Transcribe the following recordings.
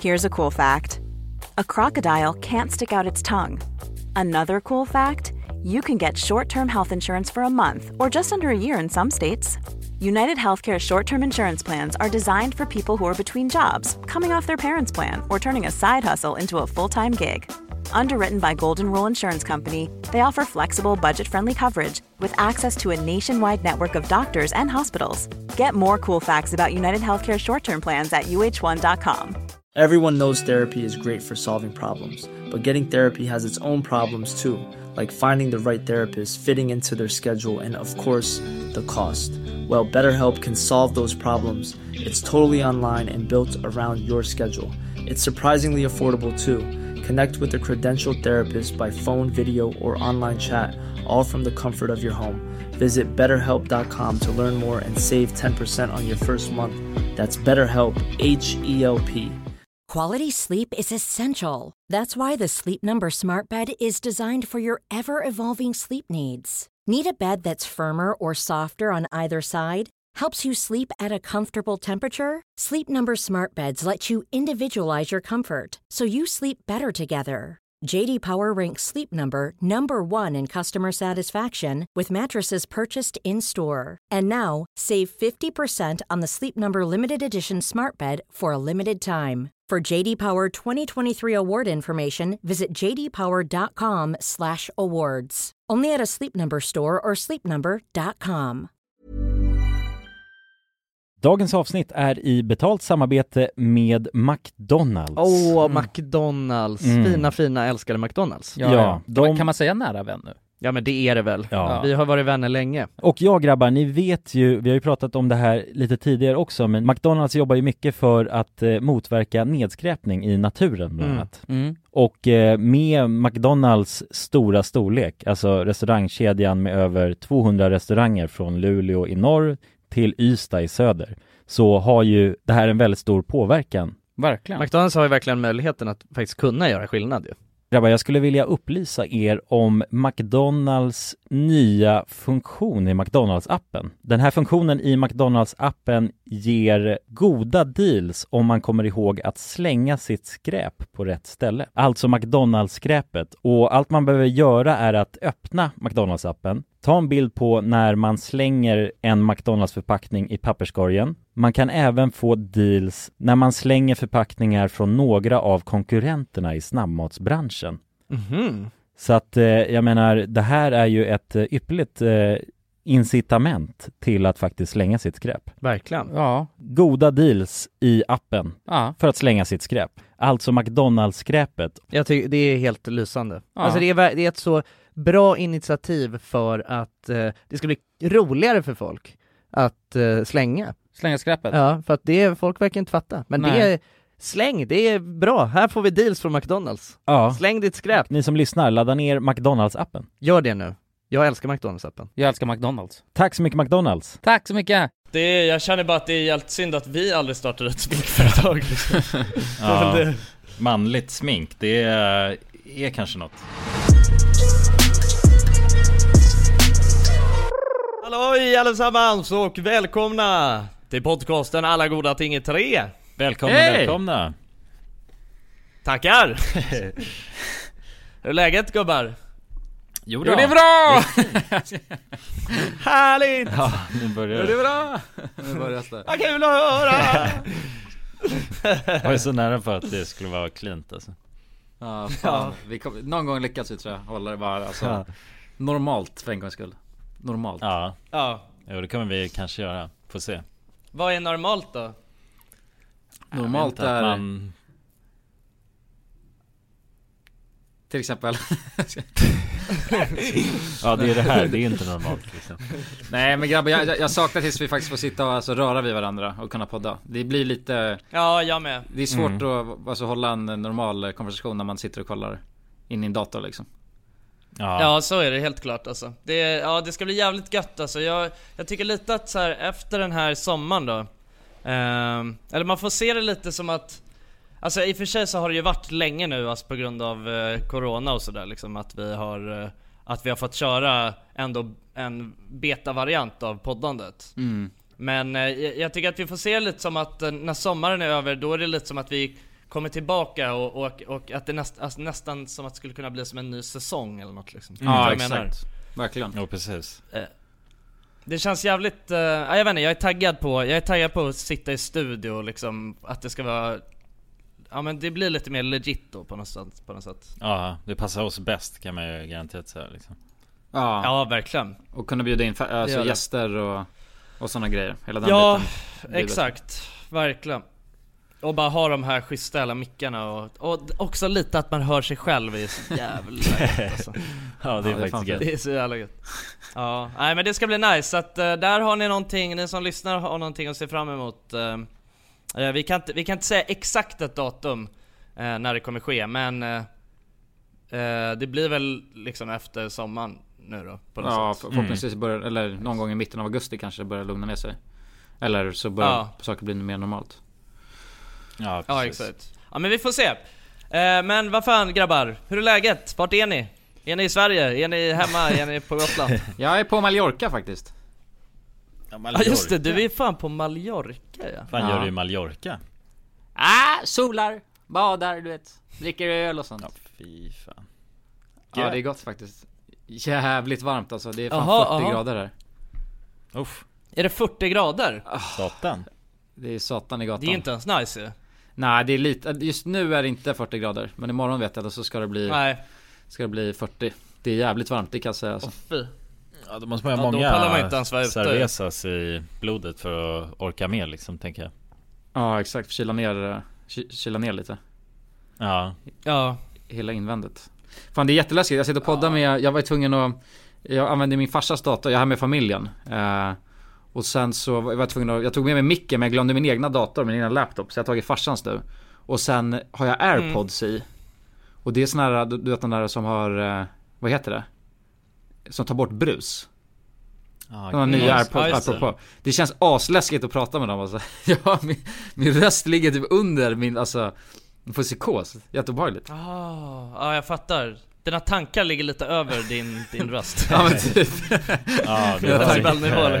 Here's a cool fact. A crocodile can't stick out its tongue. Another cool fact, you can get short-term health insurance for a month or just under a year in some states. United Healthcare short-term insurance plans are designed for people who are between jobs, coming off their parents' plan, or turning a side hustle into a full-time gig. Underwritten by Golden Rule Insurance Company, they offer flexible, budget-friendly coverage with access to a nationwide network of doctors and hospitals. Get more cool facts about United Healthcare short-term plans at uh1.com. Everyone knows therapy is great for solving problems, but getting therapy has its own problems too, like finding the right therapist, fitting into their schedule, and of course, the cost. Well, BetterHelp can solve those problems. It's totally online and built around your schedule. It's surprisingly affordable too. Connect with a credentialed therapist by phone, video, or online chat, all from the comfort of your home. Visit BetterHelp.com to learn more and save 10% on your first month. That's BetterHelp, H-E-L-P. Quality sleep is essential. That's why the Sleep Number Smart Bed is designed for your ever-evolving sleep needs. Need a bed that's firmer or softer on either side? Helps you sleep at a comfortable temperature? Sleep Number Smart Beds let you individualize your comfort, so you sleep better together. J.D. Power ranks Sleep Number number 1 in customer satisfaction with mattresses purchased in-store. And now, save 50% on the Sleep Number Limited Edition Smart Bed for a limited time. For J.D. Power 2023 award information, visit jdpower.com/awards. Only at a Sleep Number store or sleepnumber.com. Dagens avsnitt är i betalt samarbete med McDonalds. McDonalds. Fina, älskade McDonalds. Ja. Kan man säga nära vän nu? Ja, men det är det väl. Ja. Vi har varit vänner länge. Och jag grabbar, ni vet ju, vi har ju pratat om det här lite tidigare också, men McDonalds jobbar ju mycket för att motverka nedskräpning i naturen bland annat. Och med McDonalds stora storlek, alltså restaurangkedjan med över 200 restauranger från Luleå i norr till Ystad i söder, så har ju det här en väldigt stor påverkan. Verkligen. McDonalds har ju verkligen möjligheten att faktiskt kunna göra skillnad ju. Grabbar, jag skulle vilja upplysa er om McDonalds nya funktion i McDonalds-appen. Den här funktionen i McDonalds-appen ger goda deals om man kommer ihåg att slänga sitt skräp på rätt ställe. Alltså McDonalds-skräpet. Och allt man behöver göra är att öppna McDonalds-appen, ta en bild på när man slänger en McDonalds-förpackning i papperskorgen. Man kan även få deals när man slänger förpackningar från några av konkurrenterna i snabbmatsbranschen. Så att jag menar, det här är ju ett ypperligt incitament till att faktiskt slänga sitt skräp. Verkligen. Ja. Goda deals i appen för att slänga sitt skräp. Alltså McDonalds-skräpet. Jag tycker det är helt lysande. Ja. Alltså det är ett så bra initiativ för att det ska bli roligare för folk att slänga skräpet. Ja, för att folk verkar inte fatta. Men det är släng, det är bra. Här får vi deals från McDonalds. Ja. Släng ditt skräp. Ni som lyssnar, ladda ner McDonalds-appen. Gör det nu. Jag älskar McDonalds-appen. Jag älskar McDonalds. Tack så mycket McDonalds. Tack så mycket. Jag känner bara att det är helt synd att vi aldrig startade ett sminkföretag liksom. Ja, manligt smink, det är kanske något. Halloj allesammans och välkomna till podcasten Alla goda ting är 3. Välkomna. Tackar. Hur är läget gubbar? Jo det är bra. Härligt. Ja, nu börjar Det är bra. Nu börjar det. Vad kul att höra. Jag var så nära för att det skulle vara cleant alltså. Ja, fan. Någon gång lyckas vi tror jag hålla det bara normalt för en gångs skull. Normalt. Ja. Jo, det kommer vi kanske göra. Får se. Vad är normalt då? Normalt är man... till exempel. Ja, det är det här. Det är inte normalt liksom. Nej, men grabbar, jag saknar tills vi faktiskt får sitta och röra vid varandra och kunna podda. Det blir lite... Ja, jag med. Det är svårt att hålla en normal konversation när man sitter och kollar in i en dator liksom. Ja, så är det helt klart alltså. Det ska bli jävligt gött alltså. Jag tycker lite att så här, efter den här sommaren då, eller man får se det lite som att, alltså i och för sig så har det ju varit länge nu alltså, på grund av corona och sådär liksom, att vi har fått köra ändå en beta-variant av poddandet. Men jag tycker att vi får se lite som att när sommaren är över, då är det lite som att vi kommer tillbaka och att det nästan som att det skulle kunna bli som en ny säsong eller något liksom. Ja, exakt. Verkligen. Ja, precis. Det känns jävligt, jag vet inte, jag är taggad på att sitta i studio liksom, att det ska vara, ja men det blir lite mer legit då på något sätt. Ja, det passar oss bäst kan man ju garanterat säga liksom. Ja, verkligen. Och kunna bjuda in gäster och sådana grejer. Hela den biten. Exakt, verkligen. Och bara ha de här schyssta jävla mickarna och också lite att man hör sig själv är så jävla gött, alltså. Ja, det är faktiskt gött. Det är så jävla gött. Ja, nej men det ska bli nice. Så att där har ni någonting, ni som lyssnar har någonting att se fram emot. Vi kan inte säga exakt ett datum när det kommer ske, men det blir väl liksom efter sommaren nu då på något sätt. Förhoppningsvis börjar, eller någon gång i mitten av augusti kanske det börjar lugna ner sig. Eller så börjar saker bli mer normalt. Ja, exakt. Ja, men vi får se. Men vad fan grabbar, hur är läget? Vart är ni? Är ni i Sverige? Är ni hemma? Är ni på Gotland? Jag är på Mallorca faktiskt. Ja just det, du är fan på Mallorca Fan gör du i Mallorca? Solar, badar, du vet. Dricker öl och sånt. Ja, fy fan. Ja, det är gott faktiskt. Jävligt varmt alltså, det är fan 40 grader här. Uff. Är det 40 grader? Satan. Det är satan i gatan. Det är inte ens nice ju. Nej, det är lite, just nu är det inte 40 grader. Men imorgon vet jag, då så ska det bli 40. Det är jävligt varmt, det kan jag säga alltså. Ja, då måste man ha många pallar man inte ens vara ute. cervezas i blodet för att orka med liksom, tänker jag. Ja, exakt, kyla ner lite. Ja. Hela invändet. Fan, det är jätteläskigt, jag sitter och poddar med. Jag var tvungen att, jag använde min farsas dator, jag är här med familjen. Och sen så var jag tvungen att, jag tog med mig micken men jag glömde min egna dator, min egna laptop. Så jag har tagit farsans nu. Och sen har jag AirPods i. Och det är sån här, du vet den där som har, vad heter det? Som tar bort brus. De nya AirPods. Det känns asläskigt att prata med dem alltså. Ja, min röst ligger typ under min, alltså, får psykos. Jätteobehagligt. Ja, jag fattar. Dina tankar ligger lite över din röst. Ja, men typ. Ja, det är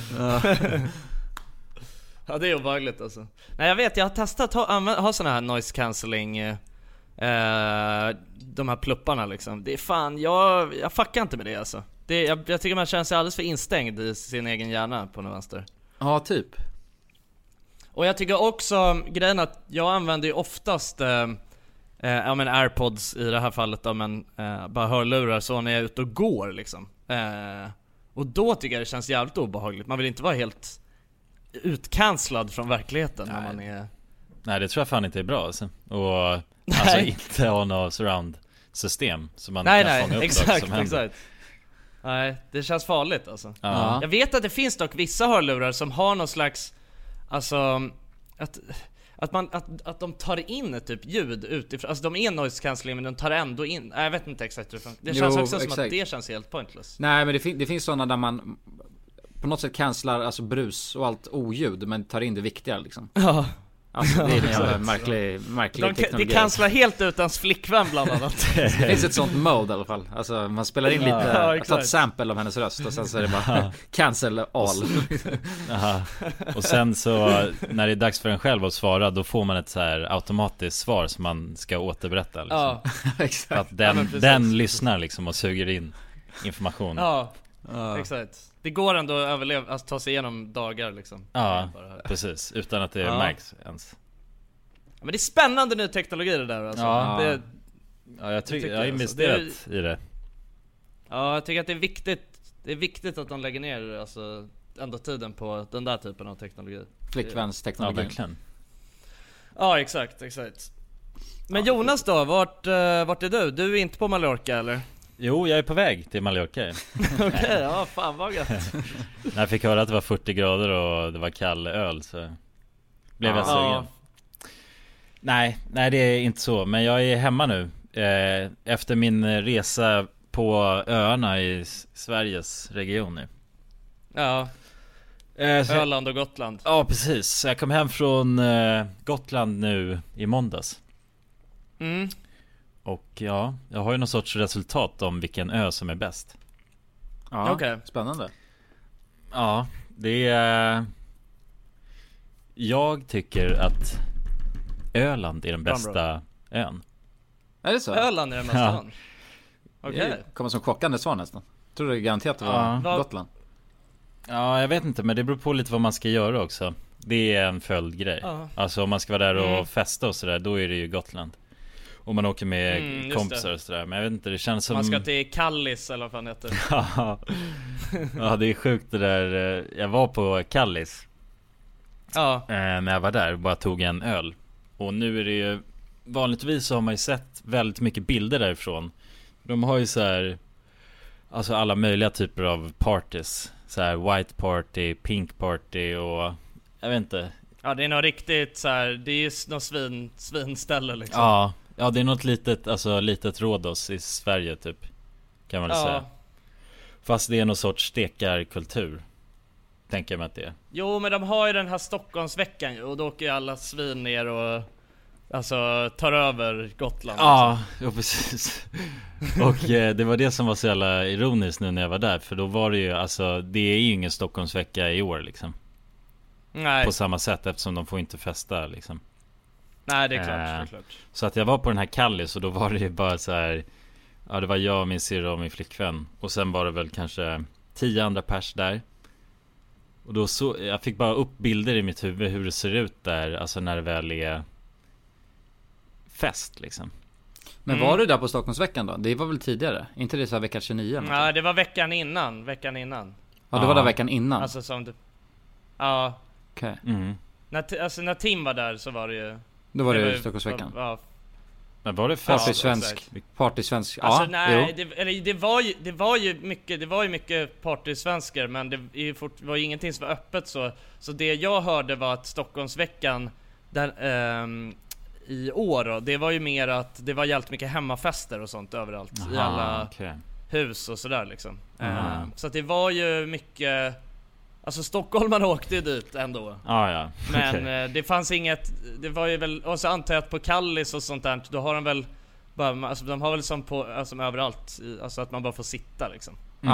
Ja, det är obehagligt alltså. Nej, jag vet, jag har testat ha såna här noise cancelling, de här plupparna liksom. Det är fan, jag fuckar inte med det alltså. Jag tycker man känner sig alldeles för instängd i sin egen hjärna på den vänster. Ja, typ. Och jag tycker också grejen att jag använder ju oftast men AirPods i det här fallet då, men bara hörlurar så när jag är ute och går liksom. Och då tycker jag det känns jävligt obehagligt. Man vill inte vara helt utcancelad från verkligheten. När man är... Nej, det tror jag fan inte är bra alltså. Och alltså inte ha något surround-system som man kan fånga upp exakt, som händer. Exakt. Nej, det känns farligt alltså. Ja. Jag vet att det finns dock vissa hörlurar som har någon slags, alltså att de tar in typ ljud utifrån. Alltså de är noise cancelling men de tar ändå in. Jag vet inte exakt hur det känns också som att det känns helt pointless. Nej, men det finns sådana där man på något sätt cancelar alltså brus och allt oljud men tar in det viktiga liksom. Ja. Alltså det är en märklig teknologi. Det cancelar helt utan flickvän bland annat. Det finns ett sånt mode i alla fall. Alltså man spelar in lite, tar ett sample av hennes röst och sen så är det bara cancel all. Och sen så när det är dags för en själv att svara, då får man ett så här automatiskt svar som man ska återberätta liksom. Ja, exakt. För att den lyssnar liksom och suger in information. Ja, exakt. Det går ändå att överleva, alltså ta sig igenom dagar liksom. Ja, precis, utan att det märks ens. Ja, men det är spännande ny teknologi det där alltså. Jag har investerat i det. Ja, jag tycker att det är viktigt att de lägger ner alltså ändå tiden på den där typen av teknologi. Flickvänsteknologi. Ja, verkligen. Ja, exakt. Men Jonas då, vart är du? Du är inte på Mallorca eller? Jo, jag är på väg till Mallorca. Okej, ja, fan vad gött. När jag fick höra att det var 40 grader och det var kall öl så blev jag sugen. Nej, det är inte så. Men jag är hemma nu efter min resa på öarna i Sveriges region nu. Ja, Öland och Gotland. Ja, precis. Så jag kom hem från Gotland nu i måndags. Och ja, jag har ju någon sorts resultat om vilken ö som är bäst. Ja, okej. Spännande. Ja, det är... Jag tycker att Öland är den bästa ön. Är det så? Öland är den bästa ön? Okej. Det kommer som chockande svar nästan. Tror det är garanterat att vara Gotland. Ja, jag vet inte, men det beror på lite vad man ska göra också. Det är en följdgrej. Alltså om man ska vara där och festa och sådär, då är det ju Gotland. Om man åker med kompisar och sådär. Men jag vet inte, det känns som... Man ska till Kallis eller vad fan heter det. Ja, det är sjukt det där. Jag var på Kallis när jag var där och bara tog en öl. Och nu är det ju... Vanligtvis så har man ju sett väldigt mycket bilder därifrån. De har ju så här, alltså alla möjliga typer av parties. Så här white party, pink party och jag vet inte. Ja, det är nog riktigt så här, det är ju något svinställe liksom. Ja, det är något litet Rhodos i Sverige typ, kan man väl säga. Fast det är någon sorts stekarkultur, tänker jag mig att det är. Jo, men de har ju den här Stockholmsveckan och då åker ju alla svin ner och alltså tar över Gotland. Ja, precis. Och det var det som var så jävla ironiskt nu när jag var där. För då var det ju, alltså det är ju ingen Stockholmsvecka i år liksom. Nej. På samma sätt, eftersom de får inte festa liksom. Nej, det är klart, det är klart. Så att jag var på den här Kallis och då var det ju bara så här. Ja, det var jag, min syrra och min flickvän. Och sen var det väl kanske 10 andra pers där. Och då jag fick bara upp bilder i mitt huvud hur det ser ut där. Alltså när det väl är fest liksom. Men var du där på Stockholmsveckan då? Det var väl tidigare? Inte det så här vecka 29? Nej, det var veckan innan. Ja, det var där veckan innan. Alltså som det... Ja. Okej. När Tim var där så var det ju... Då var det Stockholmsveckan. Ja. Men var det fest? Partysvensk. Alltså nej, det var ju mycket partysvenskar, men det var ju ingenting som var öppet så det jag hörde var att Stockholmsveckan i år då, det var ju mer att det var jävligt mycket hemmafester och sånt överallt. Aha, i alla hus och sådär liksom. Så att det var ju mycket, alltså stockholmarna åkte ju dit ändå. Men det fanns inget, det var ju väl, och så antar jag att på Kallis och sånt där, då har de väl bara, alltså de har väl som på, alltså överallt, alltså att man bara får sitta liksom.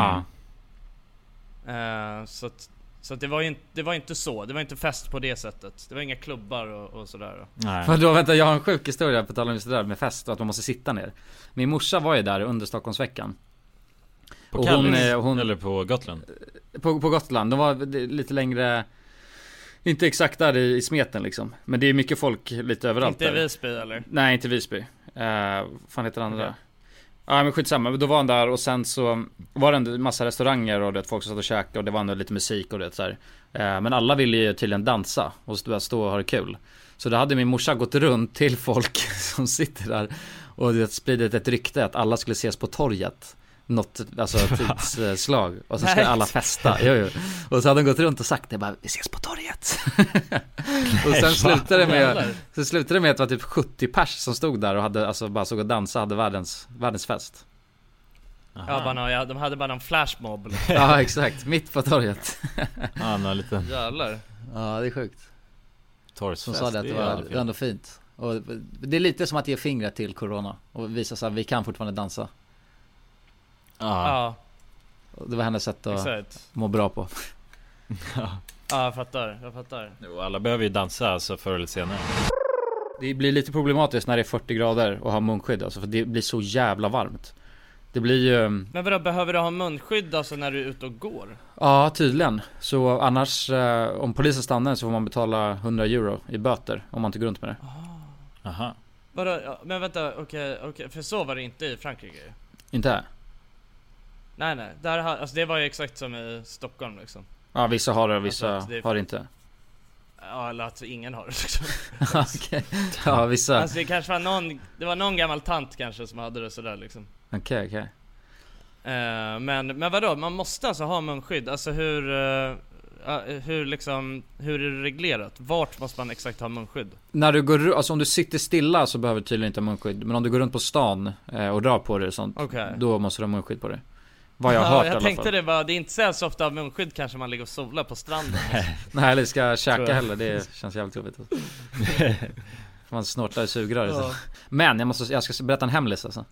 Så att det var ju inte så. Det var inte fest på det sättet. Det var inga klubbar och sådär. Nej. För då, vänta, jag har en sjuk historia på tal om just det där med fest och att man måste sitta ner. Min morsa var ju där under Stockholmsveckan. På Kallis eller på Gotland? På Gotland. De var lite längre, inte exakt där i smeten liksom. Men det är mycket folk lite överallt. Inte i Visby eller? Nej, inte Visby. Fan heter det andra? Okay. Ja, men skitsamma, då var han där och sen så var det en massa restauranger och det, folk som satt och käkade och det var ändå lite musik och det så här. Men alla ville ju tydligen dansa och stå och ha det kul. Så då hade min morsa gått runt till folk som sitter där och det spridit ett rykte att alla skulle ses på torget. Något, alltså tidsslag. Och så ska alla festa. Jo. Och så hade de gått runt och sagt det bara, vi ses på torget. Och sen slutade det med att det var typ 70 pers som stod där och hade, alltså bara såg och dansa, hade världens fest. Ja, de hade bara någon flashmob. Ja, exakt, mitt på torget. Lite. Jävlar. Ja, det är sjukt. Torgsfest. Som sa det att det var ändå fint. Och det är lite som att ge fingret till corona och visa sig att vi kan fortfarande dansa. Ja. Det var hennes sätt att må bra på. Ja, jag fattar. Jo, alla behöver ju dansa alltså förr eller senare. Det blir lite problematiskt när det är 40 grader och ha munskydd alltså, för det blir så jävla varmt. Det blir ju... Men vadå, behöver du ha munskydd alltså när du är ute och går? Ja, tydligen. Så annars, om polisen stannar så får man betala 100 euro i böter om man inte går runt med det. Aha. Vadå, men vänta, okej, för så var det inte i Frankrike. Inte här? Nej, där, alltså det var ju exakt som i Stockholm liksom. Ja, vissa har det och vissa alltså, har det inte. Ja, eller att ingen har det liksom. Okej. Ja, vissa. Alltså det kanske var någon gammal tant kanske som hade det sådär liksom. Okej. Men vadå, man måste alltså ha munskydd. Alltså hur är det reglerat? Vart måste man exakt ha munskydd? När du går, alltså om du sitter stilla så behöver du tydligen inte ha munskydd. Men om du går runt på stan och drar på det och sånt, då måste du ha munskydd på det. Vad jag har hört i alla fall. Jag tänkte det är inte så ofta av munskydd kanske man ligger och solar på stranden. Nej, eller ska käka heller, det känns jävligt jobbigt. Man snortar i sugrör. Ja. Men jag ska berätta en hemlis alltså.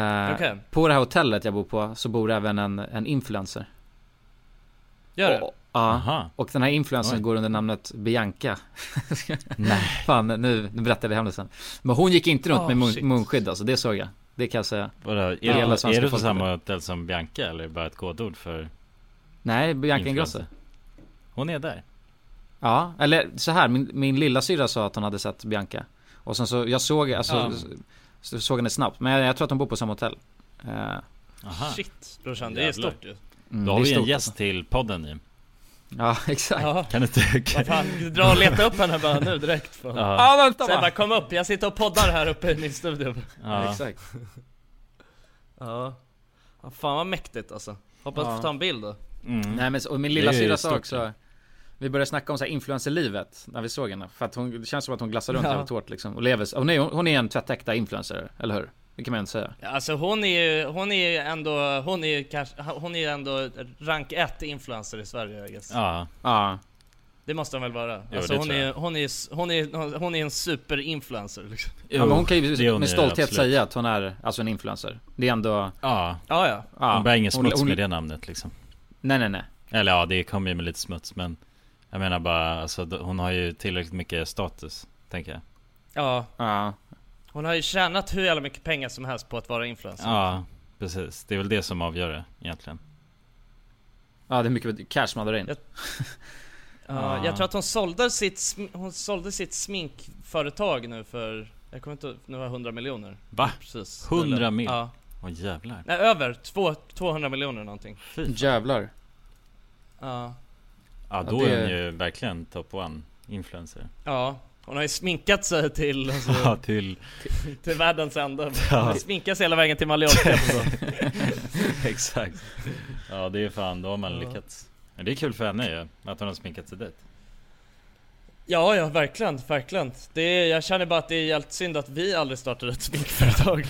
På det här hotellet jag bor på så bor även en influencer. Gör det? Ja, och den här influencern går under namnet Bianca. Nej. Fan, nu berättar jag hemligt sen. Men hon gick inte runt med munskydd alltså, det såg jag. Det kan jag säga. Är det på samma hotell som Bianca eller bara ett kodord för? Nej, Bianca Ingrosso. Hon är där. Ja, eller så här, min lilla syra sa att hon hade sett Bianca. Och sen så, jag såg, alltså, såg henne snabbt. Men jag tror att hon bor på samma hotell. Aha. Shit, brorsan, det är stort ju. Då har vi en gäst till podden i. Ja, exakt. Ja. Kan du inte... Vad fan, dra och leta upp henne bara nu direkt. Ja, vänta bara. Kom upp, jag sitter och poddar här uppe i min studio. Ja, exakt. Ja, fan vad mäktigt alltså. Hoppas få ta en bild då. Nej, men och min lilla syra sa också... Vi började snacka om så här influencerlivet när vi såg henne. För att det känns som att hon glassar runt jävligt hårt liksom. Och lever, hon är en tvättäkta influencer, eller hur? Det kan man inte säga. Ja, alltså hon är ju ändå rank 1 influencer i Sverige, I guess. Ja. Det måste hon väl vara. Jo, alltså hon är en super-influencer liksom. Ja, men hon kan ju med stolthet säga att hon är alltså en influencer. Det är ändå... Ja. Hon bär ingen smuts med det namnet liksom. Nej. Eller ja, det kommer ju med lite smuts, men jag menar bara, alltså, hon har ju tillräckligt mycket status, tänker jag. Ja. Hon har ju tjänat hur jävla mycket pengar som helst på att vara influencer. Ja, precis. Det är väl det som avgör det egentligen. Ja, det är mycket cash man drar in. Jag tror att hon sålde sitt sminkföretag nu för, jag kommer inte, nu var 100 miljoner. Va? Precis. 100 miljoner? Ja. Åh jävlar. Nej, över 200 miljoner någonting. Jävlar. Ja, då är hon ju verkligen top one influencer. Ja, hon har ju sminkat sig till alltså, till världens ände. Hon har sminkat sig hela vägen till Mallorca. Exakt. Ja, det är fan, då har man lyckats. Men det är kul för henne ju, att hon har sminkat sig dit. Ja, verkligen. Jag känner bara att det är helt synd att vi aldrig startade ett sminkföretag.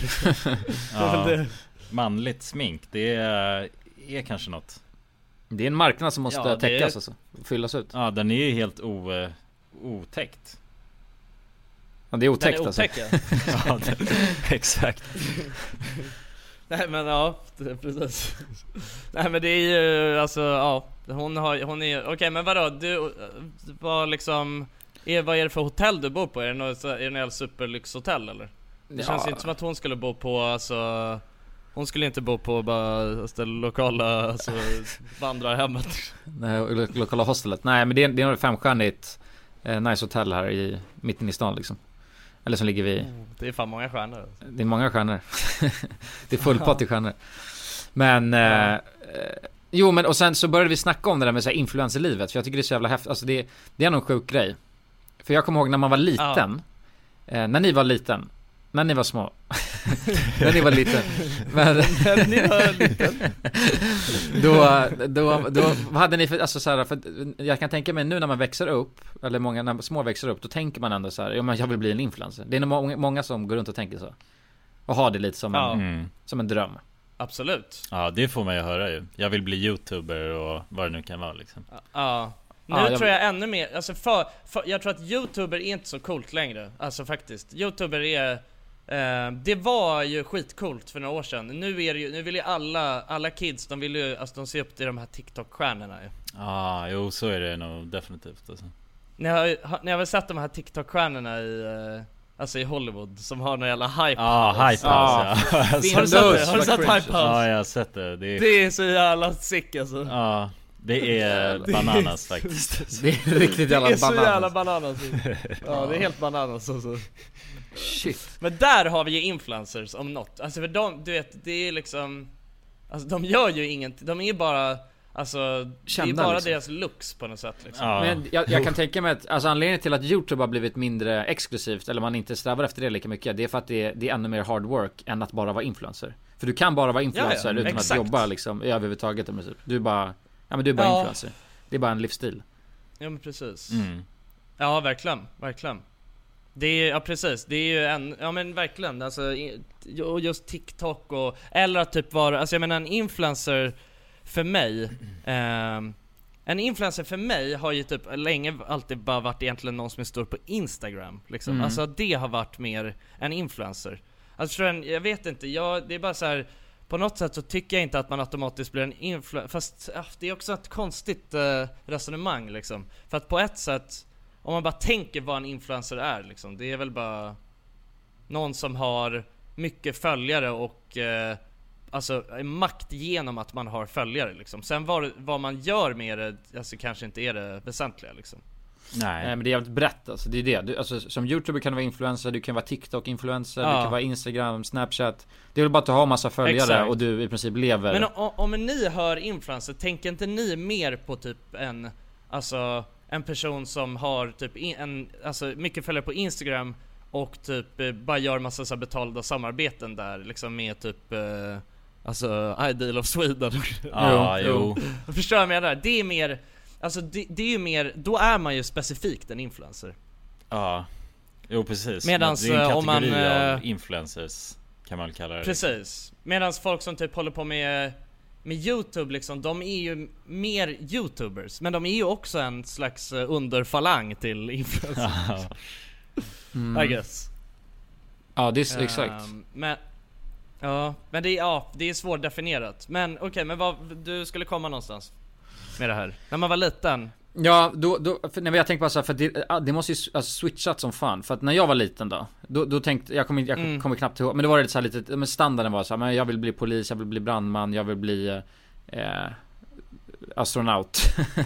Manligt smink, det är kanske något. Det är en marknad som måste täckas alltså, fyllas ut. Ja, den är ju helt otäckt. Ja, det är otäckt alltså. Ja, exakt. Nej men precis. Nej men det är ju alltså hon är okej, men vadå, du var liksom vad är det för hotell du bor på? Är det något superlyxhotell eller? Det känns inte som att hon skulle bo på, alltså hon skulle inte bo på bara det lokala alltså, vandrarhemmet. Nej, lokala hostelet. Nej, men det är nog 5-stjärnigt nice hotell här i mitten i stan liksom. Eller som ligger vid... Det är fan många stjärnor alltså. Det är många stjärnor. Det är fullpott i stjärnor. Men jo, men och sen så började vi snacka om det där med så här influencerlivet, för jag tycker det är så jävla häftigt. Alltså det är nog en sjuk grej. För jag kommer ihåg när man var liten. När ni var liten. När ni var små. När ni var liten. Men när ni var liten. Då hade ni alltså så här, för jag kan tänka mig nu när man växer upp, eller många när små växer upp, då tänker man ändå så här, men jag vill bli en influencer. Det är nog många som går runt och tänker så. Och har det lite som en dröm. Absolut. Ja, det får man ju höra ju. Jag vill bli YouTuber och vad det nu kan vara liksom. Nu tror jag ännu mer, alltså för jag tror att YouTuber är inte så coolt längre. Alltså faktiskt, YouTuber är det var ju skitcoolt för några år sedan. Nu vill ju alla kids, de vill ju, alltså de ser upp till de här TikTok-stjärnorna ju. Jo, så är det nog definitivt alltså. Ni har väl sett de här TikTok-stjärnorna i Hollywood som har någon jävla hype. Hype house. Har du sett hype house? Ja, jag har sett det. Det är så jävla sick alltså. Ja, det är bananas faktiskt. Det är riktigt jävla bananas. Det är så jävla bananas. Ja, det är helt bananas alltså. Shit. Men där har vi ju influencers om något. Alltså för de, du vet, det är liksom, alltså de gör ju ingenting. De är bara, alltså kända, det är bara liksom deras looks på något sätt liksom. Men jag kan tänka mig att alltså, anledningen till att YouTube har blivit mindre exklusivt, eller man inte strävar efter det lika mycket, det är för att det är ännu mer hard work än att bara vara influencer. För du kan bara vara influencer utan att jobba liksom överhuvudtaget. Du är bara influencer. Det är bara en livsstil. Ja, men precis. Ja, verkligen. Det är, precis. Det är ju men verkligen, alltså just TikTok och, eller att typ vara, alltså jag menar en influencer för mig har ju typ länge alltid bara varit egentligen någon som är stor på Instagram liksom. Alltså det har varit mer en influencer. Alltså jag vet inte, det är bara så här, på något sätt så tycker jag inte att man automatiskt blir en influencer. Fast det är också ett konstigt resonemang liksom. För att på ett sätt, om man bara tänker vad en influencer är liksom, det är väl bara någon som har mycket följare och alltså makt genom att man har följare liksom. Sen vad man gör med det, alltså kanske inte är det väsentliga liksom. Nej, men det är jävligt brett alltså, det är det. Alltså, som YouTuber kan du vara influencer, du kan vara TikTok-influencer, du kan vara Instagram, Snapchat. Det är väl bara att du har massa följare. Exakt. Och du i princip lever. Men om ni hör influencer, tänker inte ni mer på typ en person som har typ alltså mycket följare på Instagram och typ bara gör massa så betalda samarbeten där liksom med typ alltså Ideal of Sweden. Jo. Förstår jag menar? Det är mer, alltså det är ju mer, då är man ju specifikt en influencer. Ja. Jo, precis. Medans det är en om man av influencers kan man kalla det. Precis. Medans folk som typ håller på med YouTube liksom, de är ju mer YouTubers, men de är ju också en slags underfalang till influencers. I guess. Ja, det är exakt. Men det är svårdefinierat. Men okej, men vad du skulle komma någonstans med det här när man var liten. Ja, när jag tänkte bara så här, för det måste ju switchat som fan. För att när jag var liten då tänkte jag kommer knappt ihåg, men det var lite så här lite, men standarden var så här, men jag vill bli polis, jag vill bli brandman, jag vill bli astronaut.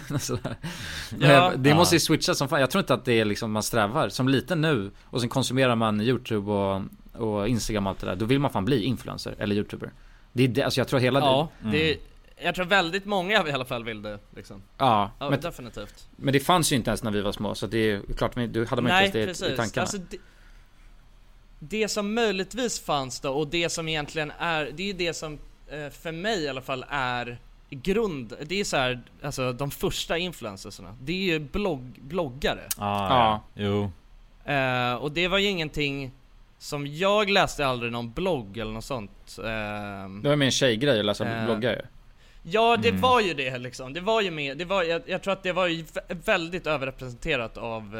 Det måste ju switcha som fan. Jag tror inte att det är liksom man strävar som liten nu och sen konsumerar man YouTube och Instagram och allt det där. Då vill man fan bli influencer eller YouTuber. Det är det, alltså jag tror hela jag tror väldigt många i alla fall vill det liksom. Ja, men definitivt. Men det fanns ju inte ens när vi var små, så det är klart, du hade man inte ens det i tankarna. Alltså det som möjligtvis fanns då, och det som egentligen är, det är ju det som för mig i alla fall är grund, det är så här, alltså de första influencersarna, det är ju bloggare. Jo. Och det var ju ingenting som jag läste, aldrig någon blogg eller något sånt. Det var med en tjejgrej att läsa bloggar. Ja, det var ju det liksom. Det var ju med, jag tror att det var ju väldigt överrepresenterat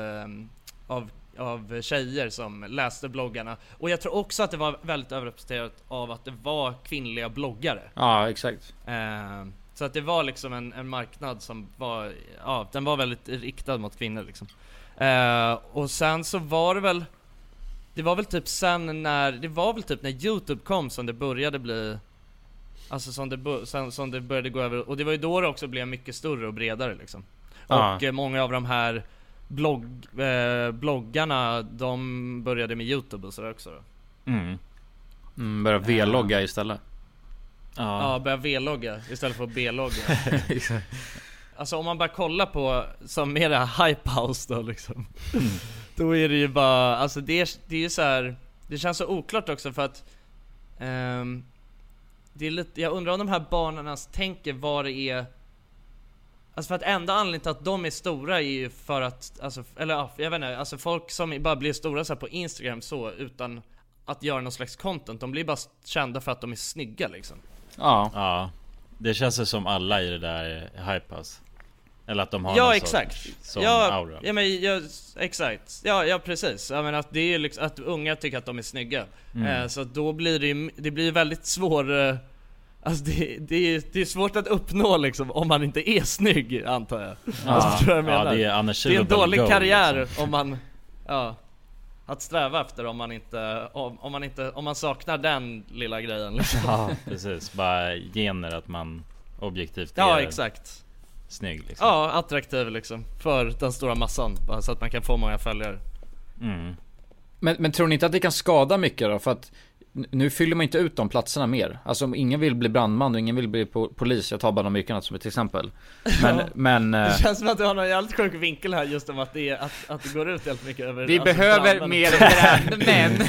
av tjejer som läste bloggarna. Och jag tror också att det var väldigt överrepresenterat av att det var kvinnliga bloggare. Ja, exakt. Så att det var liksom en marknad som var, den var väldigt riktad mot kvinnor liksom. Och sen så var det var väl typ när YouTube kom som det började bli, alltså som det började gå över, och det var ju då det också blev mycket större och bredare liksom. Och många av de här bloggarna, de började med YouTube och sådär också då. Börja vlogga istället. Börja vlogga istället för B-logga. Alltså om man bara kollar på som mer Hypehouse då liksom. Då är det ju bara, alltså det är ju så här, det känns så oklart också för att det är lite, jag undrar om de här barnen tänker vad det är. Alltså för att enda anledningen till att de är stora är ju för att, alltså, eller jag vet inte, alltså folk som bara blir stora så här på Instagram så utan att göra någon slags content, de blir bara kända för att de är snygga liksom. Ja. Det känns som alla i det där Hypehouse. Eller att de har någon exakt. Som aura. Exakt. Ja, precis. Jag menar att det är liksom att unga tycker att de är snygga. Så då blir det blir väldigt svår. Alltså det är svårt att uppnå liksom om man inte är snygg, antar jag. Alltså, tror jag menar. Det är en dålig karriär liksom. om man att sträva efter om man saknar den lilla grejen liksom. Ja, precis. Bara gener att man objektivt är. Ja, exakt. Snygg liksom. Ja, attraktiv liksom för den stora massan, bara så att man kan få många följare. Men tror ni inte att det kan skada mycket då? För att nu fyller man inte ut de platserna mer. Alltså om ingen vill bli brandman och ingen vill bli polis, jag tar bara de yrkena som ett exempel. Men det känns som att du har någon jävligt sjuk vinkel här just om att det är att det går ut helt mycket över. Vi behöver mer brandmän.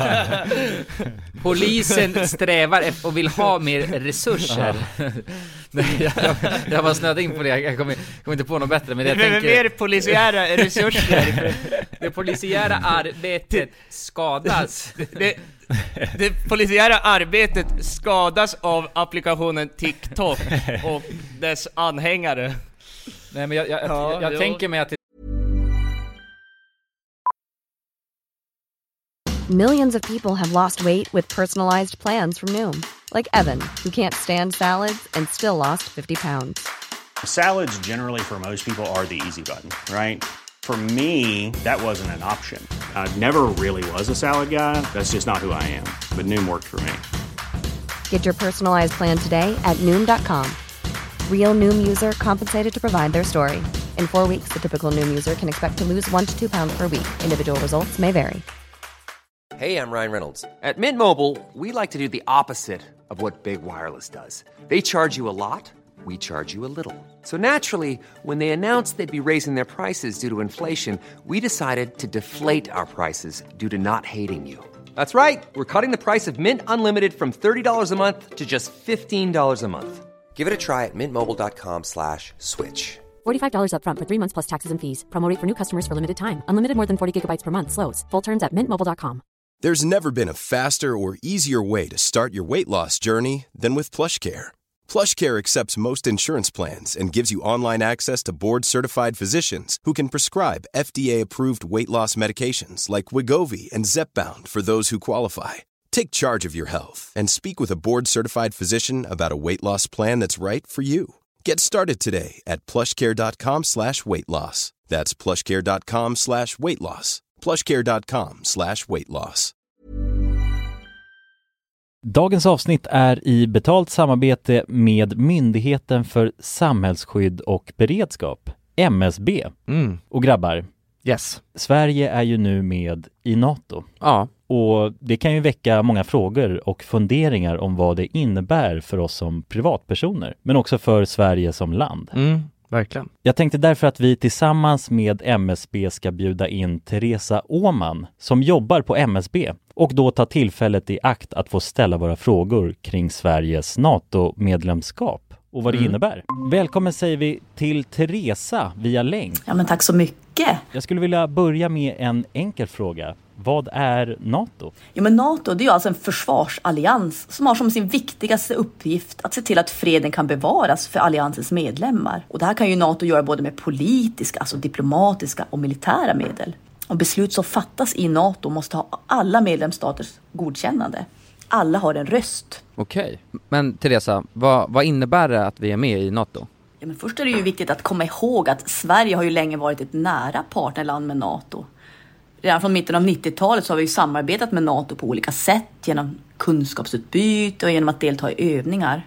Polisen strävar efter och vill ha mer resurser. Jag var snöd in på det. Jag kommer inte på något bättre, men jag tänker mer polisiära resurser. Det polisiära arbetet skadas. Det polisiära arbetet skadas av applikationen TikTok och dess anhängare. Nej, men jag tänker mig att det... Millions of people have lost weight with personalized plans from Noom. Like Evan, who can't stand salads and still lost 50 pounds. Salads generally for most people are the easy button, right? For me, that wasn't an option. I never really was a salad guy. That's just not who I am. But Noom worked for me. Get your personalized plan today at Noom.com. Real Noom user compensated to provide their story. In 4 weeks, the typical Noom user can expect to lose 1 to 2 pounds per week. Individual results may vary. Hey, I'm Ryan Reynolds. At Mint Mobile, we like to do the opposite of what Big Wireless does. They charge you a lot, we charge you a little. So naturally, when they announced they'd be raising their prices due to inflation, we decided to deflate our prices due to not hating you. That's right. We're cutting the price of Mint Unlimited from $30 a month to just $15 a month. Give it a try at mintmobile.com/switch. $45 up front for 3 months plus taxes and fees. Promo rate for new customers for limited time. Unlimited more than 40 gigabytes per month. Slows full terms at mintmobile.com. There's never been a faster or easier way to start your weight loss journey than with PlushCare. PlushCare accepts most insurance plans and gives you online access to board-certified physicians who can prescribe FDA-approved weight loss medications like Wegovy and Zepbound for those who qualify. Take charge of your health and speak with a board-certified physician about a weight loss plan that's right for you. Get started today at plushcare.com/weightloss. That's plushcare.com/weightloss. plushcare.com/weightloss. Dagens avsnitt är i betalt samarbete med Myndigheten för samhällsskydd och beredskap, MSB. Och grabbar, yes. Sverige är ju nu med i NATO. Ja. Och det kan ju väcka många frågor och funderingar om vad det innebär för oss som privatpersoner, men också för Sverige som land. Verkligen. Jag tänkte därför att vi tillsammans med MSB ska bjuda in Teresa Åhman som jobbar på MSB och då ta tillfället i akt att få ställa våra frågor kring Sveriges NATO-medlemskap och vad det innebär. Välkommen säger vi till Teresa via länk. Ja, men tack så mycket. Jag skulle vilja börja med en enkel fråga. Vad är NATO? Ja, men NATO, det är alltså en försvarsallians som har som sin viktigaste uppgift att se till att freden kan bevaras för alliansens medlemmar. Och det här kan ju NATO göra både med politiska, alltså diplomatiska och militära medel. Och beslut som fattas i NATO måste ha alla medlemsstaters godkännande. Alla har en röst. Okej. Men Teresa, vad innebär det att vi är med i NATO? Ja, men först är det ju viktigt att komma ihåg att Sverige har ju länge varit ett nära partnerland med NATO. Redan från mitten av 90-talet så har vi samarbetat med NATO på olika sätt genom kunskapsutbyte och genom att delta i övningar.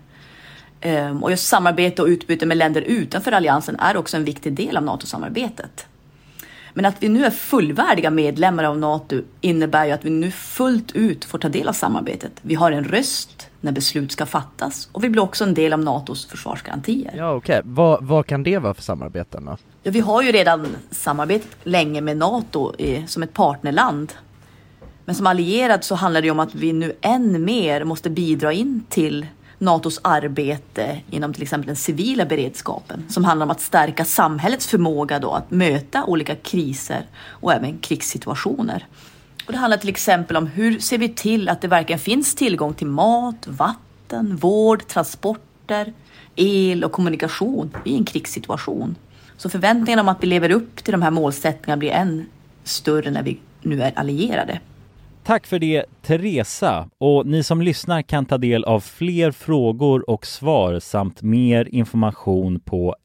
Och just samarbete och utbyte med länder utanför alliansen är också en viktig del av NATO-samarbetet. Men att vi nu är fullvärdiga medlemmar av NATO innebär ju att vi nu fullt ut får ta del av samarbetet. Vi har en röst när beslut ska fattas och vi blir också en del av NATOs försvarsgarantier. Ja, okej. Vad kan det vara för samarbeten då? Ja, vi har ju redan samarbetat länge med NATO som ett partnerland. Men som allierad så handlar det om att vi nu än mer måste bidra in till NATOs arbete inom till exempel den civila beredskapen som handlar om att stärka samhällets förmåga då att möta olika kriser och även krigssituationer. Och det handlar till exempel om hur ser vi till att det verkligen finns tillgång till mat, vatten, vård, transporter, el och kommunikation i en krigssituation. Så förväntningarna om att vi lever upp till de här målsättningarna blir än större när vi nu är allierade. Tack för det, Teresa. Och ni som lyssnar kan ta del av fler frågor och svar samt mer information på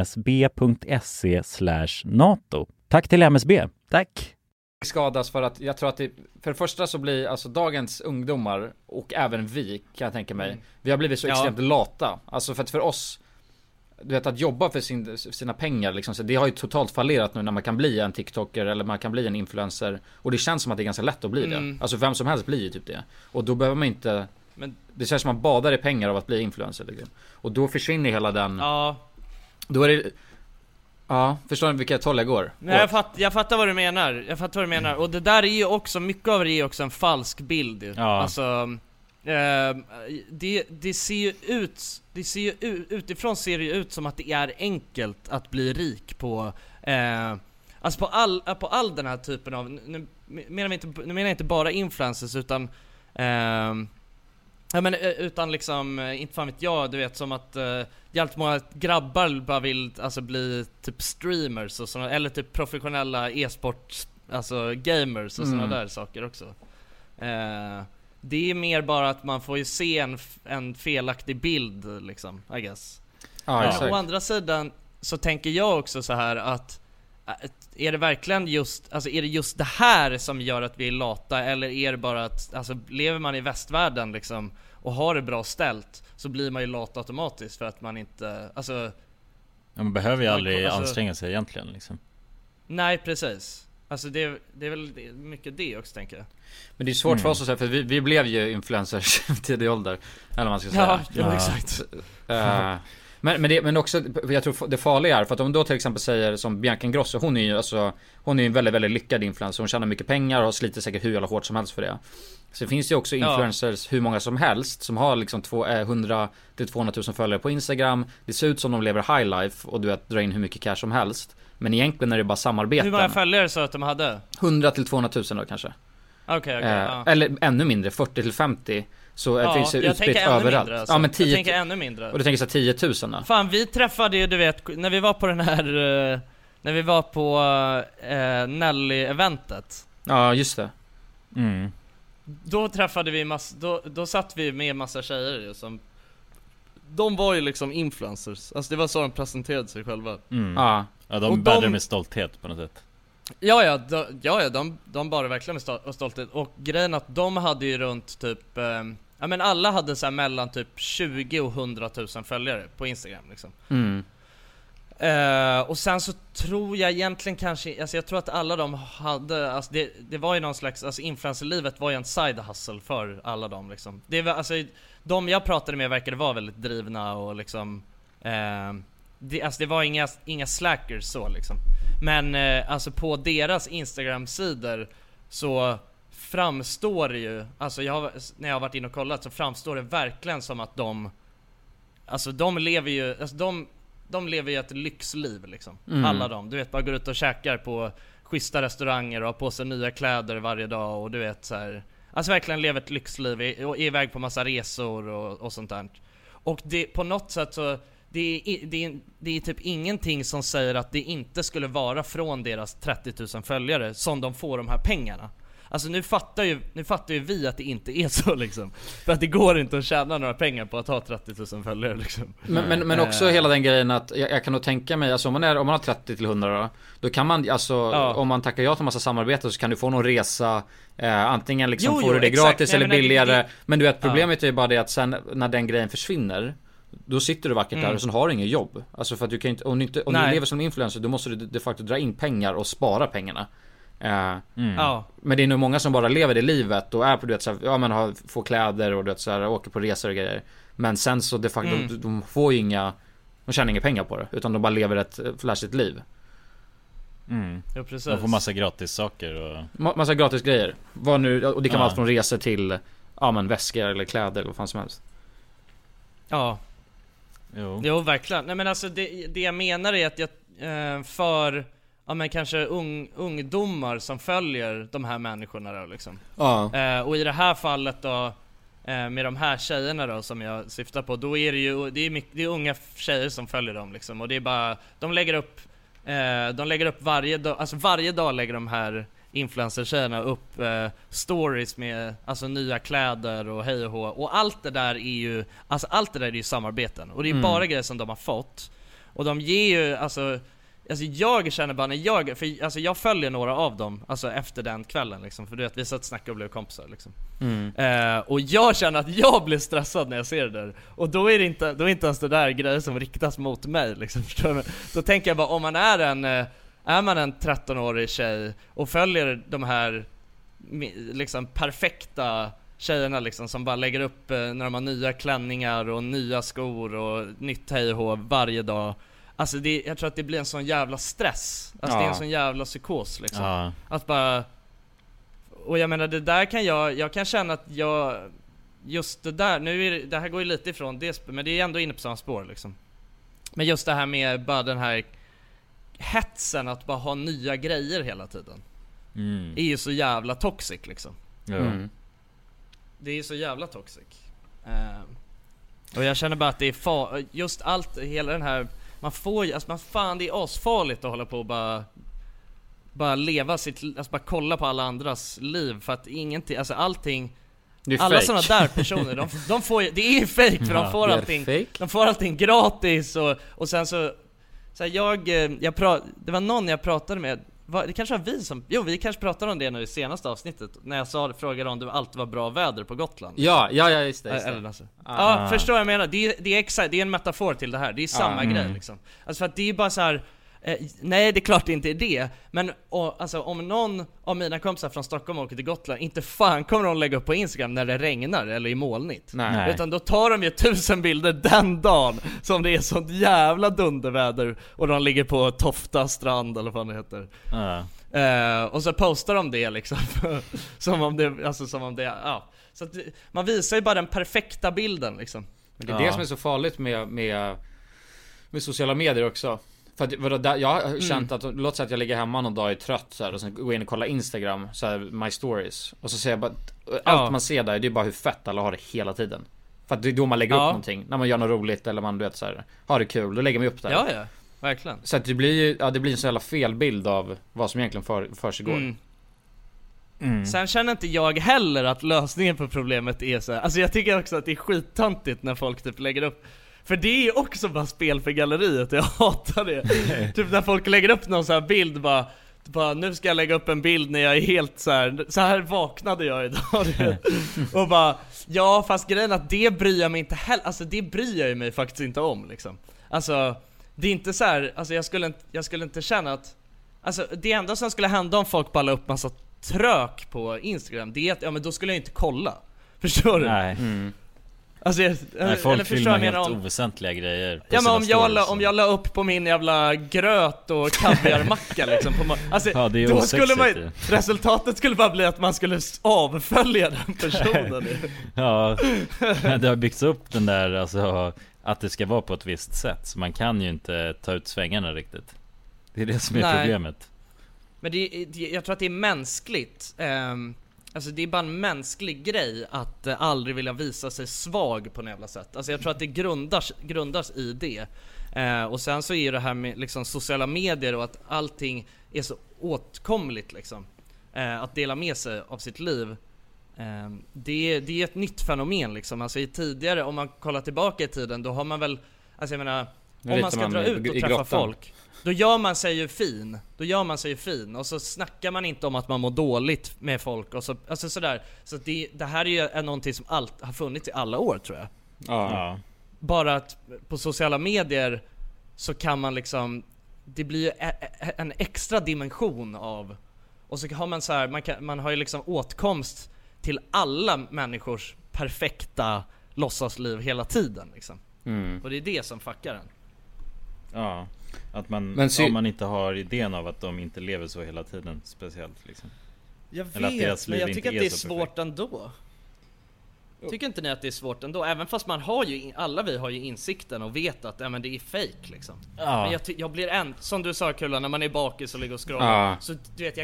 msb.se/NATO. Tack till MSB. Tack. Skadas för att jag tror att det, för det första så blir alltså dagens ungdomar och även vi, kan jag tänka mig, vi har blivit så extremt lata. Alltså för att för oss, du vet, att jobba för sina pengar liksom, så det har ju totalt fallerat nu när man kan bli en TikToker eller man kan bli en influencer. Och det känns som att det är ganska lätt att bli det. Alltså vem som helst blir ju typ det. Och då behöver man inte, det känns som att man badar i pengar av att bli influencer liksom. Och då försvinner hela den. Ja. Då är det. Ja, förstår ni vilket håll jag går? Nej, jag fattar vad du menar. Och det där är ju också, mycket av det är också en falsk bild. Ja. Alltså det ser ju ut, utifrån ser det ju ut som att det är enkelt att bli rik på alltså på all den här typen av, nu menar jag inte bara influencers utan ja, men utan liksom, inte fan vet jag, du vet, som att jävligt många grabbar bara vill alltså bli typ streamers och såna, eller typ professionella e-sport, alltså gamers och såna där saker också. det är mer bara att man får ju se en felaktig bild liksom, I guess. Men å andra sidan så tänker jag också så här att är det verkligen är det just det här som gör att vi är lata, eller är det bara att lever man i västvärlden liksom och har det bra ställt, så blir man ju lat automatiskt för att man inte man behöver ju aldrig anstränga sig egentligen liksom. Nej, precis. Det är väl mycket det också, tänker jag. Men det är svårt för oss att säga, för vi blev ju influencers i tidig ålder, eller vad man ska säga. Ja, exakt. Men också, jag tror det farliga är, för att om då till exempel säger som Bianca Ingrosso, hon är ju en väldigt, väldigt lyckad influencer. Hon tjänar mycket pengar och sliter säkert hur jävla hårt som helst för det. Så det finns ju också influencers, hur många som helst, som har liksom 100-200 000 följare på Instagram. Det ser ut som de lever high life och du vet, drar in hur mycket cash som helst. Men egentligen är det bara samarbeten. Hur många följare så att de hade? 100-200 000 då kanske. Okej. Eller ännu mindre, 40-50. Så det finns ju utspritt överallt. Mindre, ja, men 10, jag tänker ännu mindre. Och du tänker så 10 000 då? Fan, vi träffade ju, du vet, när vi var på den här när vi var på Nelly-eventet. Ja, just det. Då träffade vi då satt vi med massa tjejer som, de var ju liksom influencers. Det var så de presenterade sig själva. Ja, de bärde med stolthet på något sätt. De bar verkligen med stolthet. Och grejen att de hade ju runt typ alla hade så här mellan typ 20 och 100 000 följare på Instagram liksom. Och sen så tror jag egentligen kanske, jag tror att alla de hade, det var ju någon slags, influencerlivet var ju en side hustle för alla dem liksom. Det var, de jag pratade med verkade vara väldigt drivna och liksom det var inga slackers så liksom. Men på deras Instagram-sidor så framstår det ju, när jag har varit inne och kollat, så framstår det verkligen som att de lever ju, de lever ju ett lyxliv liksom. Alla de, du vet, bara går ut och käkar på schyssta restauranger och har på sig nya kläder varje dag, och du vet så här, verkligen lever ett lyxliv och är iväg på massa resor och sånt där. Och det på något sätt så det är typ ingenting som säger att det inte skulle vara från deras 30 000 följare som de får de här pengarna. Nu fattar ju vi att det inte är så liksom. För att det går inte att tjäna några pengar på att ha 30 000 följare liksom. Men också hela den grejen att jag kan nog tänka mig, om man har 30 till 100 då kan man, om man tackar ja till en massa samarbete, så kan du få någon resa, antingen liksom får du det gratis eller billigare. Men du vet, problemet är ju bara det att sen när den grejen försvinner, då sitter du vackert där och sen har du inget jobb. För att du kan inte, om du lever som influencer, då måste du de facto dra in pengar och spara pengarna. Men det är nog många som bara lever det livet och är på, du vet, så här, får kläder och du vet, så här, åker på resor och grejer. Men sen så de facto de får ju de tjänar inga pengar på det, utan de bara lever ett flashigt liv. Ja, precis. De får massa gratis saker och massa gratis grejer. Och det kan vara allt från resor till väskor eller kläder eller vad fan som helst. Ja. Jo, verkligen. Nej, men det jag menar är att jag för kanske ungdomar som följer de här människorna då liksom. Och i det här fallet då med de här tjejerna då som jag syftar på, då är det ju det är unga tjejer som följer dem liksom, och det är bara de lägger upp varje dag lägger de här influencer-tjejerna upp stories med nya kläder och hej och hå, och allt det där är ju samarbeten, och det är bara grejer som de har fått, och de ger ju jag känner bara när jag följer några av dem efter den kvällen liksom, för du vet, vi satt och snackade och blev kompisar liksom. Och jag känner att jag blir stressad när jag ser det där, och då är inte ens det där grejer som riktas mot mig liksom, förstår du? Då tänker jag bara, om man är man en 13-årig tjej och följer de här liksom perfekta tjejerna liksom, som bara lägger upp när de har nya klänningar och nya skor och nytt hej och hå varje dag. Jag tror att det blir en sån jävla stress. Det är en sån jävla psykos liksom. Att bara, och jag menar, det där kan jag kan känna att just det där, det här går ju lite ifrån det, men det är ändå inne på samma spår liksom. Men just det här med bara den här hetsen att bara ha nya grejer hela tiden är ju så jävla toxic liksom. Det är ju så jävla toxic. Och jag känner bara att det är just allt, hela den här, man får ju, fan, det är asfarligt att hålla på och bara leva sitt, bara kolla på alla andras liv, för att ingenting, allting alla sådana där personer, de får ju, det är ju fake för de får allting gratis och sen så det var någon jag pratade med, det kanske var vi kanske pratade om det nu i senaste avsnittet när jag frågade om det alltid var bra väder på Gotland. Ja, just det. Ja, förstår jag menar. Det är en metafor till det här. Det är samma grej liksom. Alltså för att det är bara så här. Nej, det är klart det inte är det. Men alltså, om någon av mina kompisar från Stockholm åker till Gotland, inte fan kommer de lägga upp på Instagram när det regnar eller är molnigt. Nej. Utan då tar de ju 1000 bilder den dagen som det är sånt jävla dunderväder och de ligger på Tofta strand eller vad det heter. Och så postar de det liksom som om det ja. Så att man visar ju bara den perfekta bilden liksom. Men det är det som är så farligt med sociala medier också. För att jag har känt att, låt säga att jag ligger hemma någon dag och är trött så här, och sen går in och kollar Instagram så här, my stories, och så ser jag bara allt man ser där, det är bara hur fett alla har det hela tiden. För att det är då man lägger upp någonting, när man gör något roligt eller man, du vet, så här, har det kul, då lägger man upp det. Ja, verkligen. Så att det blir ju, det blir en så jävla fel bild av vad som egentligen för sig går. Sen känner inte jag heller att lösningen på problemet är så här. Alltså jag tycker också att det är skittantigt när folk typ lägger upp. För det är också bara spel för galleriet. Jag hatar det. Typ när folk lägger upp någon så här bild bara nu ska jag lägga upp en bild när jag är helt så här vaknade jag idag. Och bara ja, fast grejen att det bryr jag mig inte heller. Alltså det bryr jag mig faktiskt inte om liksom. Alltså det är inte så här, alltså jag skulle inte känna att, alltså det enda som skulle hända om folk bara la upp massa trök på Instagram, det är att men då skulle jag inte kolla. Förstår du? Nej. Alltså, folk filmar helt oväsentliga grejer på ja, men om stories. jag la upp på min jävla gröt och kaviarmacka liksom alltså, ja, det är då skulle man, resultatet skulle bara bli att man skulle avfölja den personen. Ja, men det har byggts upp den där, alltså, att det ska vara på ett visst sätt, så man kan ju inte ta ut svängarna riktigt. Det är det som är problemet. Men jag tror att det är mänskligt. Alltså det är bara en mänsklig grej att aldrig vilja visa sig svag på något jävla sätt. Alltså jag tror att det grundas i det. Och sen så är ju det här med liksom sociala medier och att allting är så åtkomligt liksom. Att dela med sig av sitt liv. Det är ett nytt fenomen liksom. Alltså tidigare, om man kollar tillbaka i tiden, då har man väl, alltså jag menar, om man ska dra ut och träffa folk, då gör man sig ju fin. Och så snackar man inte om att man mår dåligt med folk och så, alltså sådär. Så det här är ju någonting som har funnits i alla år, tror jag. Ja. Bara att på sociala medier så kan man liksom, det blir ju en extra dimension av, och så har man så här, man har ju liksom åtkomst till alla människors perfekta låtsasliv hela tiden liksom. Och det är det som fuckar den. Ja, att man, om man inte har idén av att de inte lever så hela tiden, speciellt liksom. Jag vet, men jag tycker att det är svårt ändå. Tycker inte ni att det är svårt ändå? Även fast man har ju, alla vi har ju insikten och vet att men det är fake liksom. Men jag blir som du sa, Kulla, när man är bakis och ligger och scrollar, så du vet,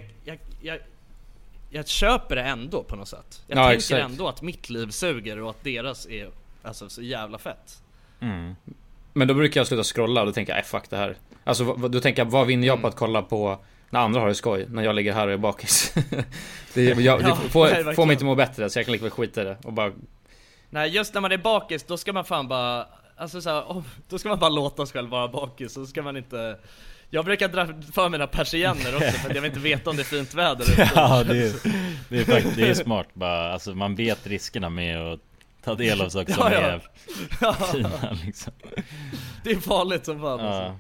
jag köper det ändå på något sätt. Jag tänker exakt. Ändå att mitt liv suger och att deras är alltså så jävla fett. Men då brukar jag sluta scrolla och då tänker jag, fuck det här. Alltså då tänker jag, vad vinner jag på att kolla på när andra har det skoj, när jag ligger här och är bakis? det får mig inte må bättre, så jag kan lika väl skita i det och bara... Nej, just när man är bakis, då ska man fan bara, alltså så här, då ska man bara låta sig själv vara bakis, så ska man inte... Jag brukar dra för mina persienner också, för att jag vill inte veta om det är fint väder. Ja, det är smart bara, alltså man vet riskerna med att ta del av saker som är fina liksom. Det är farligt som fan alltså.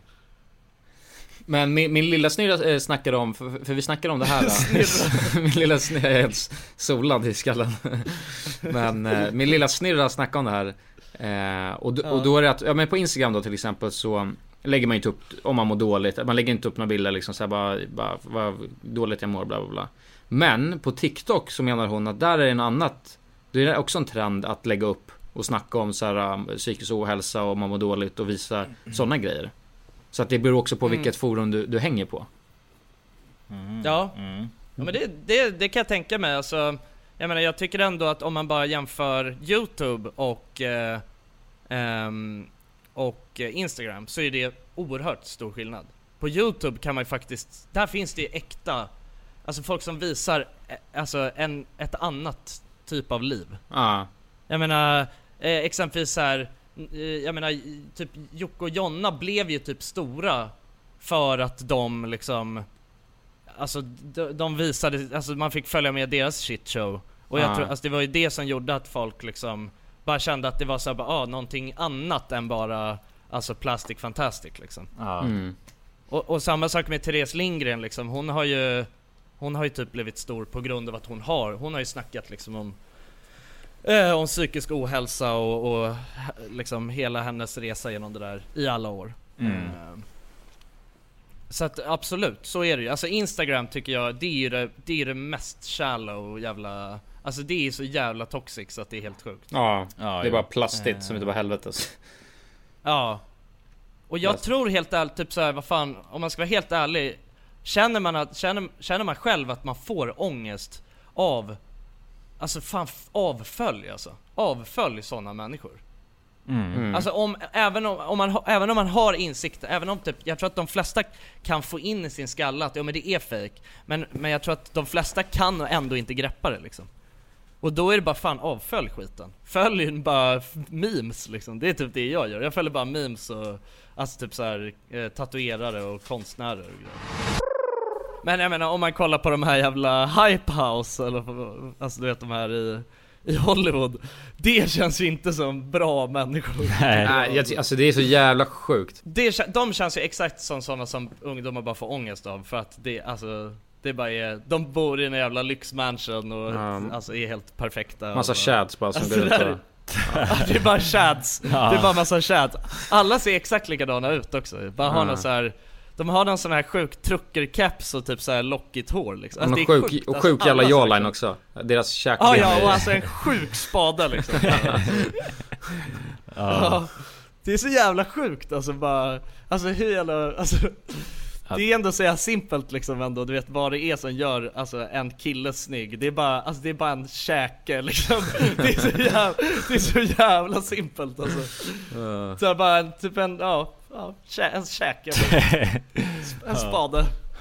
Men min lilla snurra snackade om, för vi snackade om det här. Min lilla snurra är helt solad i skallen. Men min lilla snurra snackade om det här. Och då är det att, men på Instagram då till exempel, så lägger man inte upp om man mår dåligt. Man lägger inte upp några bilder liksom så här, bara vad dåligt jag mår, bla bla bla. Men på TikTok så menar hon att där är det en annat. Det är också en trend att lägga upp och snacka om så här, psykisk ohälsa och man mår dåligt och visa sådana grejer. Så att det beror också på vilket forum du hänger på. Ja, men det kan jag tänka mig. Alltså, jag menar, jag tycker ändå att om man bara jämför YouTube och Instagram, så är det oerhört stor skillnad. På YouTube kan man ju faktiskt, där finns det äkta, alltså folk som visar alltså ett annat typ av liv. Ja. Jag menar, exempelvis så här, jag menar, typ Jocke och Jonna blev ju typ stora för att de liksom, alltså de visade, alltså man fick följa med deras shitshow. Och jag tror, alltså det var ju det som gjorde att folk liksom bara kände att det var så här, någonting annat än bara, alltså Plastic Fantastic liksom. Och samma sak med Therese Lindgren liksom, hon har ju typ blivit stor på grund av att hon har ju snackat liksom om psykisk ohälsa och liksom hela hennes resa genom det där i alla år. Så att absolut, så är det ju. Alltså Instagram tycker jag, det är det mest shallow jävla, alltså det är så jävla toxic så att det är helt sjukt. Ja, det är bara plastigt som inte bara helvetes. Ja. Och jag tror helt ärligt, typ så här, vad fan, om man ska vara helt ärlig, känner man själv att man får ångest av, alltså fan, avfölj sådana människor. Alltså även om man har insikt, även om typ, jag tror att de flesta kan få in i sin skalle att men det är fake, men jag tror att de flesta kan ändå inte greppa det liksom. Och då är det bara fan, avfölj skiten. Följ bara memes liksom. Det är typ det jag gör. Jag följer bara memes och alltså typ så här tatuerare och konstnärer och grejer. Men jag menar, om man kollar på de här jävla Hype House eller alltså du vet de här i Hollywood, det känns ju inte som bra människor. Nej, alltså det är så jävla sjukt. De känns ju exakt som sådana som ungdomar bara får ångest av, för att det, alltså det bara är, de bor i en jävla lyxmansion och alltså är helt perfekta. Massa chads bara som alltså, går ut och... det är bara chads. Det är bara massa chads. Alla ser exakt likadana ut också. Bara har någon så här, de har någon sån här sjuk truckercaps och typ så här lockigt hår liksom. Alltså, det är sjukt. Och sjuk jävla jawline också. Deras käkben. Ja, och alltså en sjuk spade liksom. Det är så jävla sjukt alltså, bara, alltså hur jävla, alltså det är ändå så jävla simpelt liksom ändå, du vet vad det är som gör alltså en kille snygg. Det är bara, alltså det är bara en käke liksom. Det är så jävla simpelt alltså. Så bara en, typ en, en käke. En spade.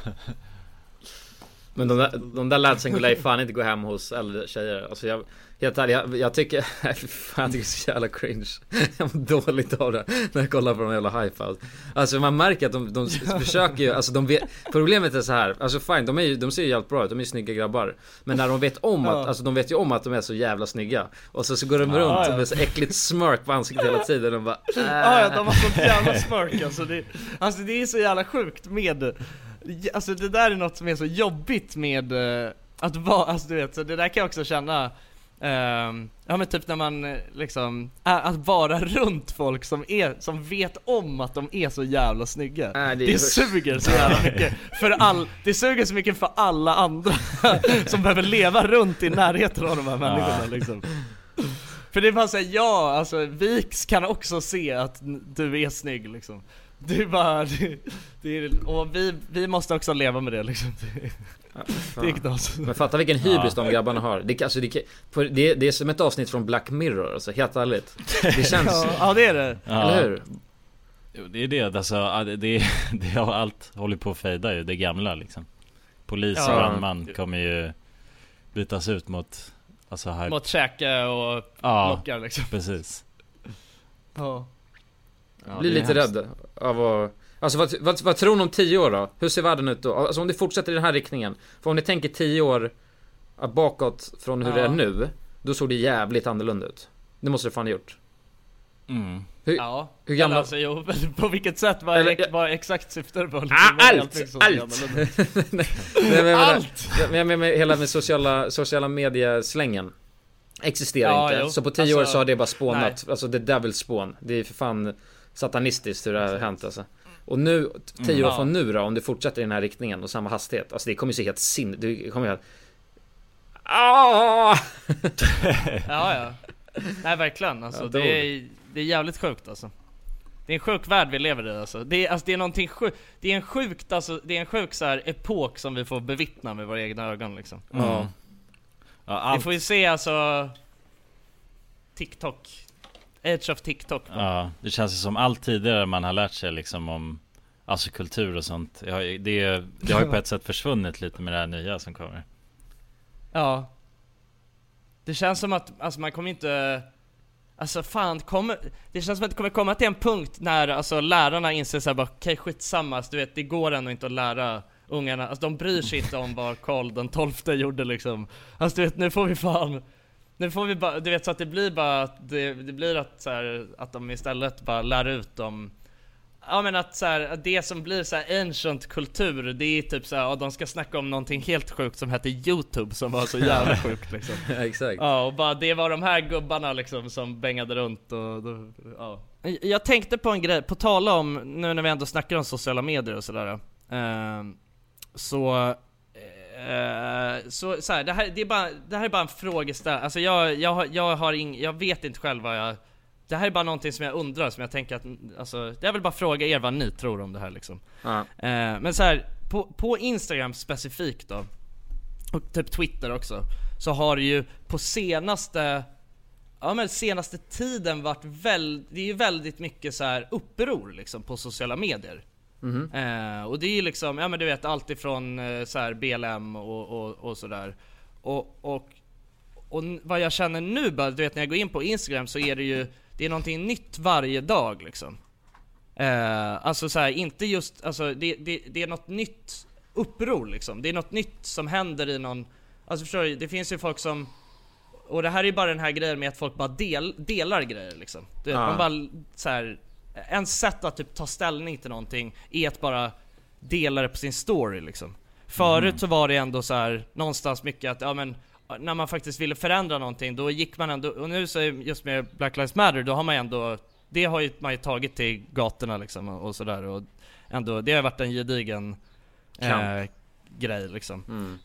Men de där ladsen skulle fan inte gå hem hos äldre tjejer. Alltså jag tycker fan, det är så jävla cringe. Jag mår dåligt av det när jag kollar på de jävla Hype. Alltså man märker att de försöker ju, alltså de vet, problemet är så här, alltså fine, de ser ju jävligt bra ut, de är ju snygga grabbar. Men när de vet om att, alltså de vet ju om att de är så jävla snygga. Och så går de runt med så äckligt smörk på ansiktet hela tiden. De bara de har sånt jävla smörk alltså det är så jävla sjukt med, alltså det där är något som är så jobbigt med att vara, alltså du vet, så det där kan jag också känna. Ja men typ när man liksom att vara runt folk som vet om att de är så jävla snygga. Det suger så jävla mycket det suger så mycket för alla andra som behöver leva runt i närheten av de här människorna liksom. För det är bara så här, alltså Viks kan också se att du är snygg liksom. Det är bara och vi måste också leva med det liksom. Det är knas. Men fatta vilken hybris de grabbarna har. Det är som ett avsnitt från Black Mirror, alltså helt ärligt. Det känns ja, det är det. Eller hur? Jo, det är det, alltså det har allt håller på att fejda ju, det gamla liksom. Polis och brandman kommer ju bytas ut mot, alltså här, mot käke och lockar liksom. Precis. Blir lite rädd av att, alltså vad tror ni om 10 år då? Hur ser världen ut då? Alltså om det fortsätter i den här riktningen. För om ni tänker 10 år bakåt från hur det är nu, då såg det jävligt annorlunda ut. Det måste det fan ha gjort. Hur gamla... alltså, på vilket sätt var exakt syftar på? Allt! Men jag menar hela med sociala medieslängen existerar inte. Jo. Så på 10 år så har det bara spånat. Nej. Alltså det devil spawn. Det är för fan satanistiskt hur det har hänt alltså. Och nu 10 år från nu då, om det fortsätter i den här riktningen och samma hastighet, alltså det kommer ju se helt det kommer ju ja. Nej verkligen alltså, det är jävligt sjukt alltså. Det är en sjuk värld vi lever i alltså. Det är någonting sjukt. Det är en sjuk så här epok som vi får bevittna med våra egna ögon liksom. Vi får ju se alltså TikTok, Age of TikTok. Ja, det känns ju som allt tidigare man har lärt sig liksom om alltså kultur och sånt. Det har ju på ett sätt försvunnit lite med det här nya som kommer. Ja. det känns som att, alltså man kommer inte, alltså fan, det känns som att det kommer komma till en punkt när alltså lärarna inser såhär bara, okej, skitsamma, du vet, det går ändå inte att lära ungarna, alltså de bryr sig inte om vad Karl den 12:e gjorde liksom. Alltså du vet, nu får vi bara, du vet, så att det blir bara, det blir att så här, att de istället bara lär ut dem. Ja, men att så här, det som blir så här ancient kultur, det är typ så här, och de ska snacka om någonting helt sjukt som heter YouTube, som var så jävla sjukt liksom. Exakt. Ja, och bara det var de här gubbarna liksom som bängade runt ja. Jag tänkte på en grej, på tala om, nu när vi ändå snackar om sociala medier och sådär. Så här, det här är bara en frågeställning. Alltså jag vet inte själv vad jag. Det här är bara någonting som jag undrar, som jag tänker att, alltså, jag vill bara fråga er vad ni tror om det här liksom. Men så här, på Instagram specifikt då, och typ Twitter också, så har det ju på senaste tiden varit det är ju väldigt mycket så här uppror liksom på sociala medier. Och det är ju liksom, ja men du vet, allt ifrån så här BLM och sådär. Och vad jag känner nu bara, du vet, när jag går in på Instagram så är det är någonting nytt varje dag liksom. Alltså så här, inte just, alltså det är något nytt uppror liksom. Det är något nytt som händer i någon, alltså förstår du, det finns ju folk som, och det här är ju bara den här grejen med att folk bara delar grejer liksom. Man bara så här, en sätt att typ ta ställning till någonting är att bara dela det på sin story liksom. Förut så var det ändå så här någonstans mycket att, ja men när man faktiskt ville förändra någonting, då gick man ändå, och nu så just med Black Lives Matter, då har man ändå, det har ju man ju tagit till gatorna liksom och sådär, och ändå, det har varit en gedigen grej liksom.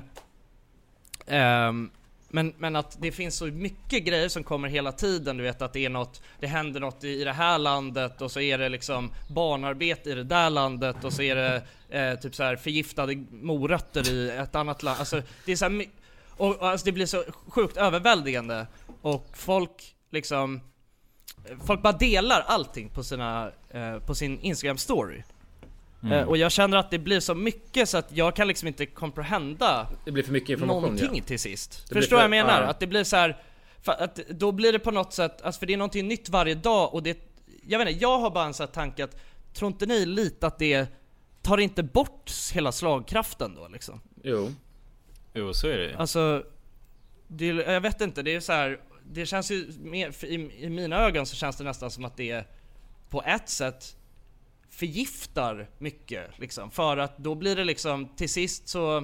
Men att det finns så mycket grejer som kommer hela tiden, du vet, att det händer något i det här landet, och så är det liksom barnarbete i det där landet, och så är det typ så här förgiftade morötter i ett annat land. Alltså det är så här, och alltså det blir så sjukt överväldigande, och folk bara delar allting på sin Instagram story. Och jag känner att det blir så mycket så att jag kan liksom inte comprehenda. Det blir för mycket information någonting till sist. Förstår vad jag menar? Att det blir så här, att då blir det på något sätt, alltså för det är någonting nytt varje dag, och det, jag vet inte, jag har bara en sån här tanke att, tror inte ni lite att det tar inte bort hela slagkraften då liksom? Jo, så är det. Alltså jag vet inte, det är så här, det känns ju mer, i mina ögon så känns det nästan som att det på ett sätt förgiftar mycket liksom, för att då blir det liksom till sist så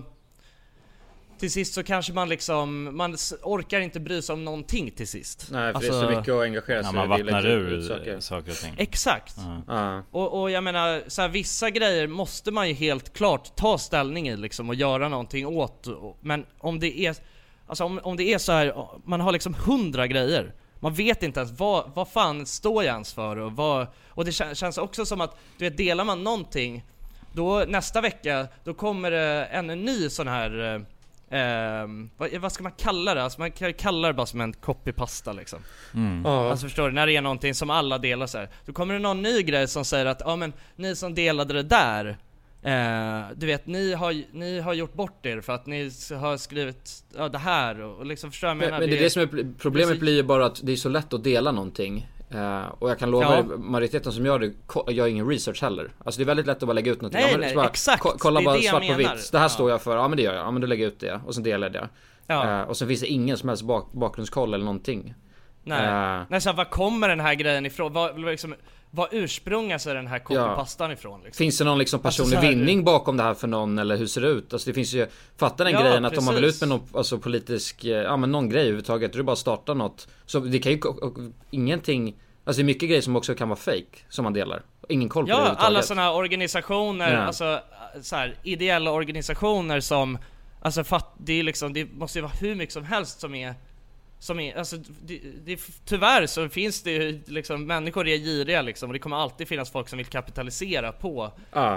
kanske man orkar inte bry sig om någonting till sist. Nej, för alltså, det är så mycket att engagera sig. Man vattnar ur saker och ting. Exakt. Och jag menar så här, vissa grejer måste man ju helt klart ta ställning i liksom, och göra någonting åt. Men om det är, alltså om det är så här, man har liksom 100 grejer, man vet inte ens vad fan står jag ens för, och det känns också som att, du vet, delar man någonting, då nästa vecka då kommer det en ny sån här vad ska man kalla det? Alltså man kan kalla det bara som en copypasta liksom. Alltså förstår du, när det är någonting som alla delar så här, då kommer det någon ny grej som säger att ja men ni som delade det där, du vet, ni har gjort bort er för att ni har skrivit det här, och liksom, förstår jag menar. Men det är det som är problemet, blir ju bara att det är så lätt att dela någonting. Och jag kan lova majoriteten som gör det gör ingen research heller. Alltså det är väldigt lätt att bara lägga ut något. Nej, exakt. Kolla bara svart på vitt. Det här står jag för, ja men det gör jag. Ja men då lägger jag ut det, och sen delar jag det. Och sen finns det ingen som helst bakgrundskoll eller någonting. Nej, så vad kommer den här grejen ifrån? Vad ursprungar sig den här copypastan ifrån liksom? Finns det någon liksom personlig vinning bakom det här för någon, eller hur ser det ut? Alltså det finns ju, fatta den grejen att om man vill ut med någon, alltså politisk, men någon grej överhuvudtaget, du bara starta något. Så det kan ju ingenting, alltså det är mycket grejer som också kan vara fake som man delar. Ingen koll på det överhuvudtaget. Alla såna organisationer, alltså så här, ideella organisationer som, alltså det är liksom, det måste ju vara hur mycket som helst som är alltså tyvärr så finns det ju liksom, människor är giriga liksom, och det kommer alltid finnas folk som vill kapitalisera på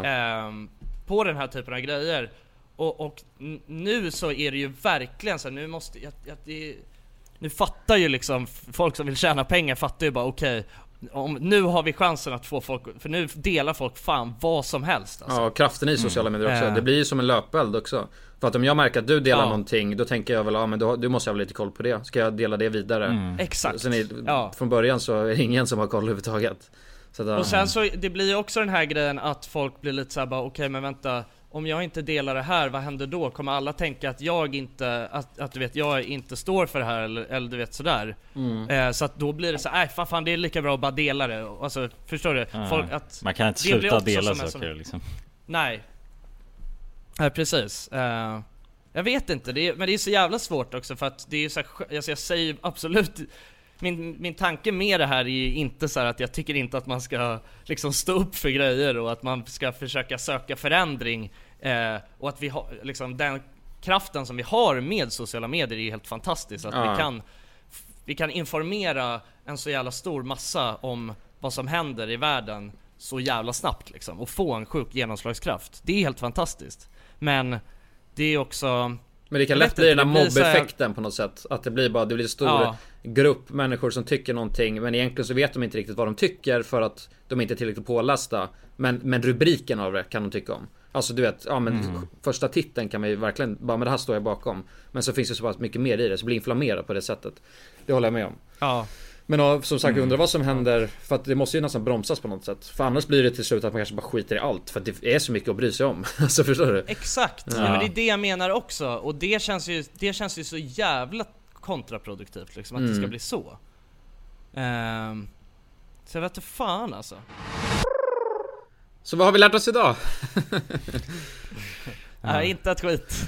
den här typen av grejer, och nu så är det ju verkligen så, nu fattar ju liksom folk som vill tjäna pengar, fattar ju bara okej, nu har vi chansen att få folk, för nu delar folk fan vad som helst alltså. Ja, kraften i sociala medier också. Det blir ju som en löpeld också. För att om jag märker att du delar någonting, då tänker jag väl, men du måste ha lite koll på det. Ska jag dela det vidare? Exakt. Från början så är det ingen som har koll överhuvudtaget. Och sen så, det blir ju också den här grejen att folk blir lite såhär bara, okej, men vänta, om jag inte delar det här, vad händer då? Kommer alla tänka att jag inte, att du vet, jag inte står för det här, eller du vet sådär. Så att då blir det så, fan det är lika bra att bara dela det. Alltså, förstår du? Folk, att man kan inte sluta dela saker liksom. Nej, precis. Jag vet inte, men det är så jävla svårt också, för att det är så här, alltså jag säger absolut, min tanke med det här är ju inte så här att jag tycker inte att man ska liksom stå upp för grejer och att man ska försöka söka förändring, och att vi har liksom den kraften som vi har med sociala medier är helt fantastiskt, att vi kan informera en så jävla stor massa om vad som händer i världen så jävla snabbt liksom, och få en sjuk genomslagskraft. Det är helt fantastiskt. Men det är också, men det kan lätt bli den här mobbeffekten på något sätt. Att det blir en stor grupp människor som tycker någonting, men egentligen så vet de inte riktigt vad de tycker, för att de inte är tillräckligt pålästa. Men rubriken av det kan de tycka om. Alltså du vet, första titeln kan man ju verkligen bara, men det här står jag bakom. Men så finns det så pass mycket mer i det, så blir inflammerat på det sättet. Det håller jag med om. Men som sagt, jag undrar vad som händer, för att det måste ju nästan bromsas på något sätt. För annars blir det till slut att man kanske bara skiter i allt, för att det är så mycket att bry sig om. Alltså, förstår du? Exakt, men det är det jag menar också. Och det känns ju så jävla kontraproduktivt liksom, att det ska bli så. Så jag vet inte fan alltså. Så vad har vi lärt oss idag? Inte ett skit.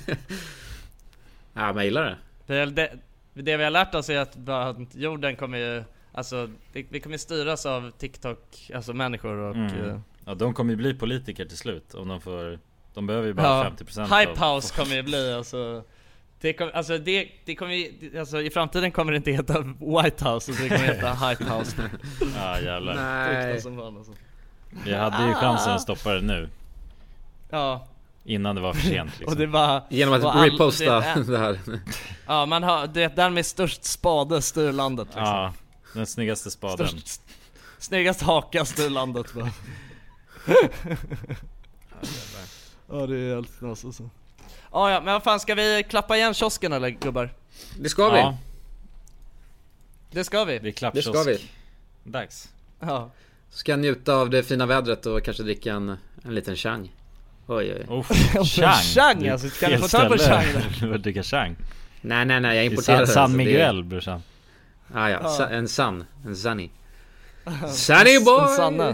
Jag gillar det. Det vi har lärt oss är att jorden kommer ju, alltså vi kommer styras av TikTok, alltså människor och ja, de kommer ju bli politiker till slut om de behöver ju bara 50%. Hypehouse kommer ju bli, alltså det kommer ju, alltså i framtiden kommer det inte heta White House, det kommer heta Hypehouse. Ja, jävlar. Nej. Vi hade ju chansen att stoppa det nu. Ja. Innan det var för sent liksom. Och det var, genom att reposta det här. Ja, man har den med störst spade styr landet liksom. Ja, den snyggaste spaden. Snyggast haka styr landet bara. Ja, det är helt knas alltså. Ja, men vad fan, ska vi klappa igen kiosken eller gubbar? Det ska vi. Det ska vi. Det ska vi. Dags. Ja. Ska jag njuta av det fina vädret och kanske dricka en liten chang. Oj. Chang, alltså kan du få ta på chang där? Du vill dricka chang? Nej, jag importerade San Miguel, brorsan. En Sunny. Sunny boy!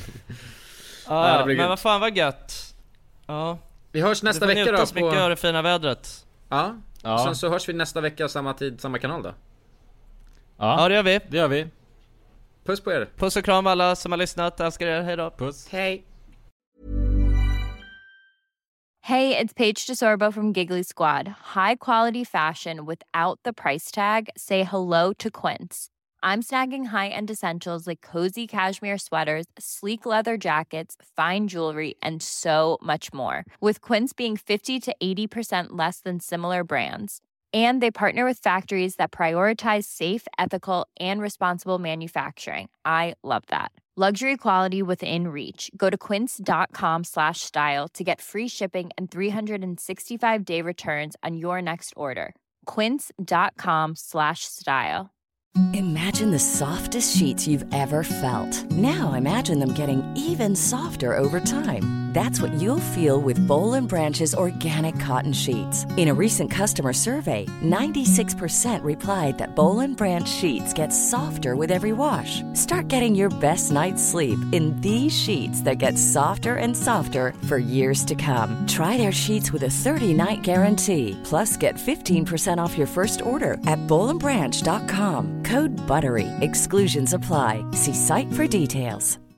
Men vad fan, vad gött. Ja. Vi hörs nästa vecka då. Vi får mycket av det fina vädret. Ja. Sen så hörs vi nästa vecka, samma tid, samma kanal då. Ja, det gör vi. Puss på er. Puss och kram alla som har lyssnat. Älskar er, hej då. Puss. Hej. Hey, it's Paige DeSorbo from Giggly Squad. High quality fashion without the price tag. Say hello to Quince. I'm snagging high-end essentials like cozy cashmere sweaters, sleek leather jackets, fine jewelry, and so much more. With Quince being 50 to 80% less than similar brands. And they partner with factories that prioritize safe, ethical, and responsible manufacturing. I love that. Luxury quality within reach. Go to quince.com/style to get free shipping and 365-day returns on your next order. Quince.com/style. Imagine the softest sheets you've ever felt. Now imagine them getting even softer over time. That's what you'll feel with Boll & Branch's organic cotton sheets. In a recent customer survey, 96% replied that Boll & Branch sheets get softer with every wash. Start getting your best night's sleep in these sheets that get softer and softer for years to come. Try their sheets with a 30-night guarantee. Plus, get 15% off your first order at bollandbranch.com. Code BUTTERY. Exclusions apply. See site for details.